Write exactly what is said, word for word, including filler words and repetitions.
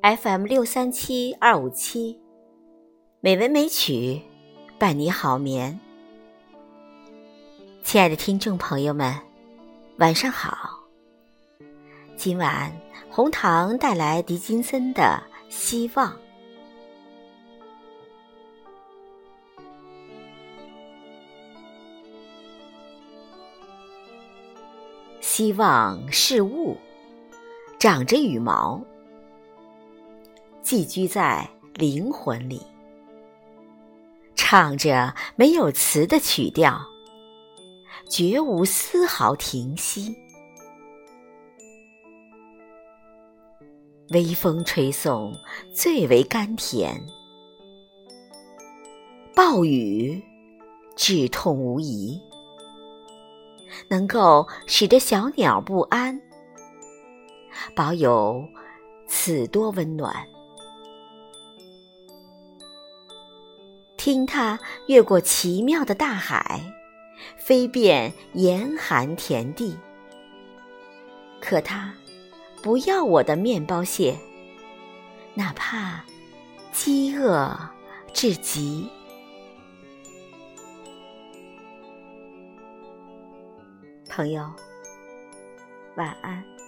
F M 六三七二五七，美文美曲伴你好眠。亲爱的听众朋友们，晚上好。今晚红糖带来狄金森的《希望》。希望是雾，长着羽毛，寄居在灵魂里，唱着没有词的曲调，绝无丝毫停息。微风吹送最为甘甜，暴雨止痛无疑，能够使得小鸟不安，保有此多温暖。听它越过奇妙的大海，飞遍严寒田地。可它不要我的面包屑，哪怕饥饿至极。朋友，晚安。